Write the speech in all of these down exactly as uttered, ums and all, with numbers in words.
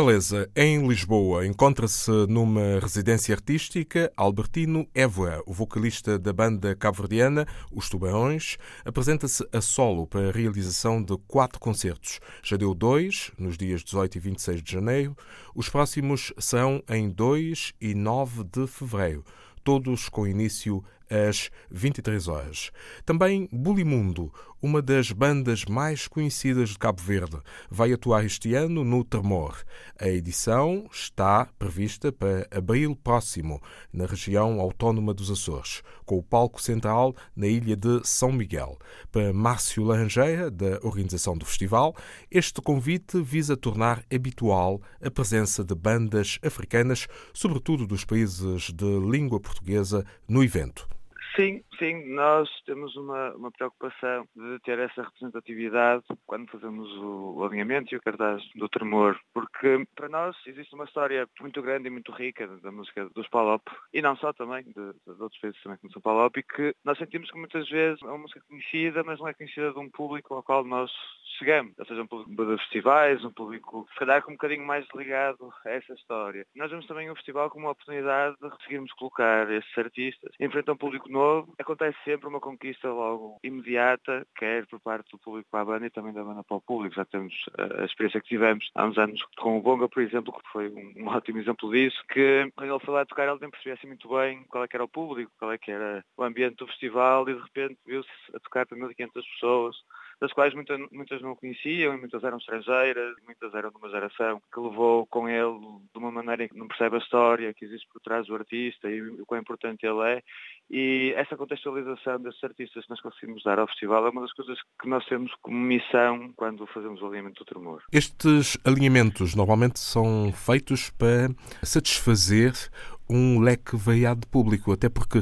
Beleza, em Lisboa, encontra-se numa residência artística Albertino Évora, o vocalista da banda cabo-verdiana Os Tubarões, apresenta-se a solo para a realização de quatro concertos. Já deu dois, nos dias dezoito e vinte e seis de janeiro. Os próximos são em dois e nove de fevereiro, todos com início às vinte e três horas. Também Bulimundo, uma das bandas mais conhecidas de Cabo Verde, vai atuar este ano no Tremor. A edição está prevista para abril próximo, na região autónoma dos Açores, com o palco central na ilha de São Miguel. Para Márcio Laranjeira, da organização do festival, este convite visa tornar habitual a presença de bandas africanas, sobretudo dos países de língua portuguesa, no evento. Sim, sim, nós temos uma, uma preocupação de ter essa representatividade quando fazemos o, o alinhamento e o cartaz do Tremor, porque para nós existe uma história muito grande e muito rica da música dos Palop, e não só também, de, de outros países também como são Palop, e que nós sentimos que muitas vezes é uma música conhecida, mas não é conhecida de um público ao qual nós chegamos, ou seja, um público de festivais, um público, se calhar, com um bocadinho mais ligado a essa história. Nós vemos também o festival como uma oportunidade de conseguirmos colocar esses artistas em frente a um público novo. Acontece sempre uma conquista logo imediata, quer por parte do público para a banda e também da banda para o público. Já temos a experiência que tivemos há uns anos com o Bonga, por exemplo, que foi um, um ótimo exemplo disso, que quando ele foi lá tocar ele nem percebia assim muito bem qual é que era o público, qual é que era o ambiente do festival, e de repente viu-se a tocar para mil e quinhentas pessoas, das quais muitas, muitas não o conheciam, e muitas eram estrangeiras, muitas eram de uma geração que levou com ele de uma maneira em que não percebe a história que existe por trás do artista e o quão importante ele é. E essa contextualização desses artistas que nós conseguimos dar ao festival é uma das coisas que nós temos como missão quando fazemos o alinhamento do Tremor. Estes alinhamentos normalmente são feitos para satisfazer um leque variado de público, até porque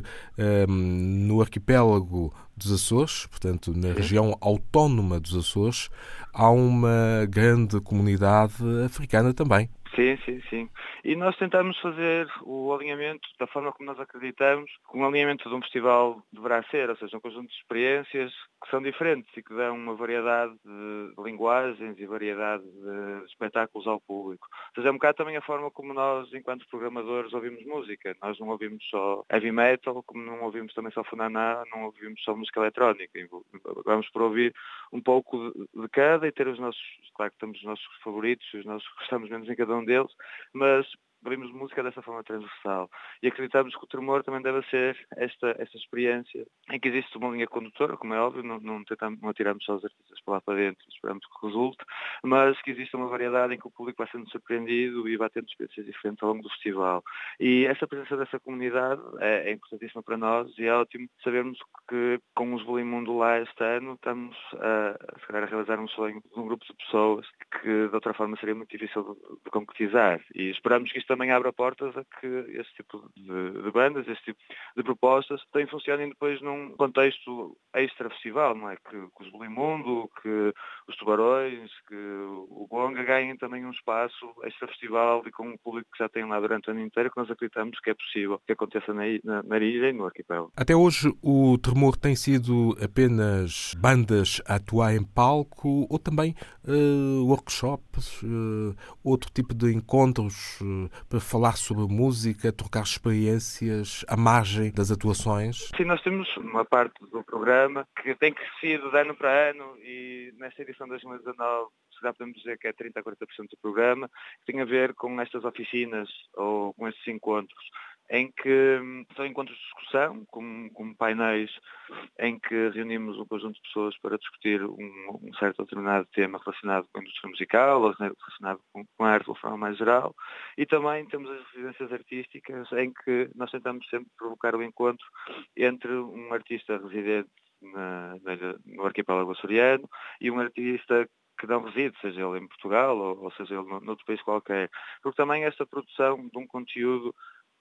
um, no arquipélago dos Açores, portanto na Sim. região autónoma dos Açores, há uma grande comunidade africana também. Sim, sim, sim. E nós tentamos fazer o alinhamento da forma como nós acreditamos que um alinhamento de um festival deverá ser, ou seja, um conjunto de experiências que são diferentes e que dão uma variedade de linguagens e variedade de espetáculos ao público. Ou seja, é um bocado também a forma como nós, enquanto programadores, ouvimos música. Nós não ouvimos só heavy metal, como não ouvimos também só funaná, não ouvimos só música eletrónica. Vamos por ouvir um pouco de cada e ter os nossos, claro que temos os nossos favoritos, os nossos que gostamos menos em cada um deles, mas ouvimos música dessa forma transversal e acreditamos que o Tremor também deve ser esta, esta experiência em que existe uma linha condutora, como é óbvio, não, não, tentamos, não atiramos só os artistas para lá para dentro, esperamos que resulte, mas que existe uma variedade em que o público vai sendo surpreendido e vai tendo experiências diferentes ao longo do festival. E essa presença dessa comunidade é, é importantíssima para nós e é ótimo sabermos que com os Bulimundo lá este ano estamos a, se calhar, a realizar um sonho de um grupo de pessoas que de outra forma seria muito difícil de, de concretizar, e esperamos que isto também abra portas a que esse tipo de, de bandas, esse tipo de propostas também funcionem depois num contexto extra-festival, não é? Que, que os Bulimundo, que os Tubarões, que o Bonga ganhem também um espaço extra-festival e com um público que já tem lá durante o ano inteiro, que nós acreditamos que é possível que aconteça na, na, na ilha e no arquipélago. Até hoje o Tremor tem sido apenas bandas a atuar em palco ou também uh, workshops, uh, outro tipo de encontros uh, para falar sobre música, trocar experiências à margem das atuações? Sim, nós temos uma parte do programa que tem crescido de ano para ano e nesta edição de dois mil e dezanove se já podemos dizer que é trinta a quarenta por cento do programa, que tem a ver com estas oficinas ou com estes encontros, em que são encontros de discussão, com, com painéis em que reunimos um conjunto de pessoas para discutir um, um certo ou determinado tema relacionado com a indústria musical, ou relacionado com, com a arte de uma forma mais geral, e também temos as residências artísticas em que nós tentamos sempre provocar o encontro entre um artista residente na, na, no arquipélago açoriano e um artista que não reside, seja ele em Portugal ou, ou seja ele noutro país qualquer, porque também esta produção de um conteúdo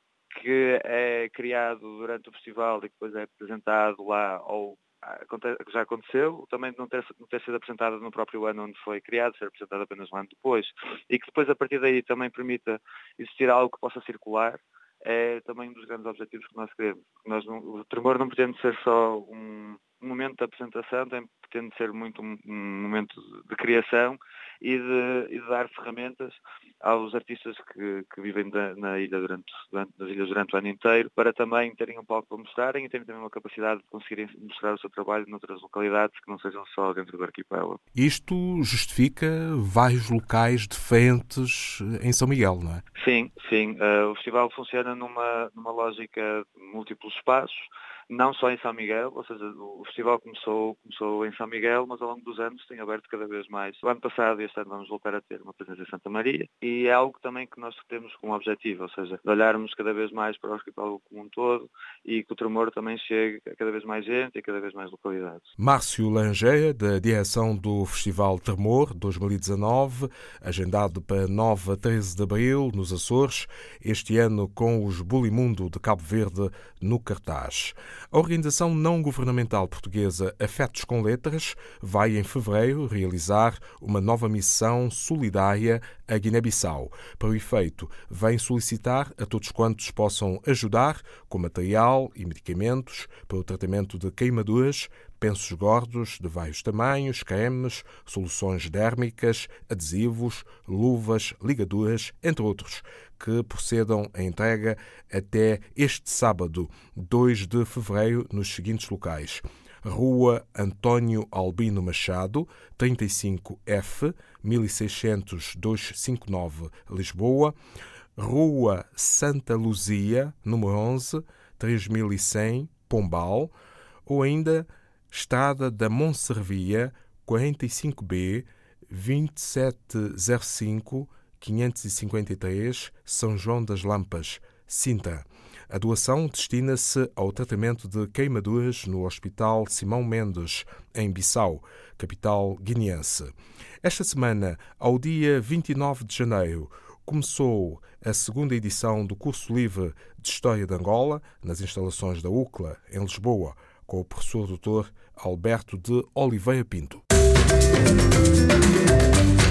que é criado durante o festival e que depois é apresentado lá, ou que já aconteceu, também não ter, não ter sido apresentado no próprio ano onde foi criado, ser apresentado apenas um ano depois, e que depois a partir daí também permita existir algo que possa circular, é também um dos grandes objetivos que nós queremos. Nós não, o Tremor não pretende ser só um, um momento de apresentação tem, pretende ser muito um, um momento de criação e de, e de dar ferramentas aos artistas que, que vivem da, na ilha durante, durante, nas ilhas durante o ano inteiro, para também terem um palco para mostrarem e terem também uma capacidade de conseguirem mostrar o seu trabalho noutras localidades que não sejam só dentro do arquipélago. Isto justifica vários locais diferentes em São Miguel, não é? Sim, sim. Uh, o festival funciona numa, numa lógica de múltiplos espaços, não só em São Miguel, ou seja, o festival começou, começou em São Miguel, mas ao longo dos anos tem aberto cada vez mais. O ano passado e este ano vamos voltar a ter uma presença em Santa Maria, e é algo também que nós temos como objetivo, ou seja, de olharmos cada vez mais para o arquipélago como um todo e que o Tremor também chegue a cada vez mais gente e a cada vez mais localidades. Márcio Langeia, da direção do Festival Tremor dois mil e dezanove, agendado para nove a treze de abril, nos Açores, este ano com os Bulimundo de Cabo Verde no cartaz. A organização não-governamental portuguesa Afetos com Letras vai, em fevereiro, realizar uma nova missão solidária a Guiné-Bissau. Para o efeito, vem solicitar a todos quantos possam ajudar com material e medicamentos para o tratamento de queimaduras, pensos gordos de vários tamanhos, cremes, soluções dérmicas, adesivos, luvas, ligaduras, entre outros, que procedam a entrega até este sábado, dois de fevereiro, nos seguintes locais: Rua António Albino Machado, trinta e cinco F, mil e seiscentos, duzentos e cinquenta e nove, Lisboa; Rua Santa Luzia, número onze, três mil e cem, Pombal; ou ainda Estrada da Monservia, quarenta e cinco B, vinte e sete zero cinco, quinhentos e cinquenta e três, São João das Lampas, Sintra. A doação destina-se ao tratamento de queimaduras no Hospital Simão Mendes, em Bissau, capital guineense. Esta semana, ao dia vinte e nove de janeiro, começou a segunda edição do curso livre de História de Angola, nas instalações da U C L A, em Lisboa, com o professor doutor Alberto de Oliveira Pinto.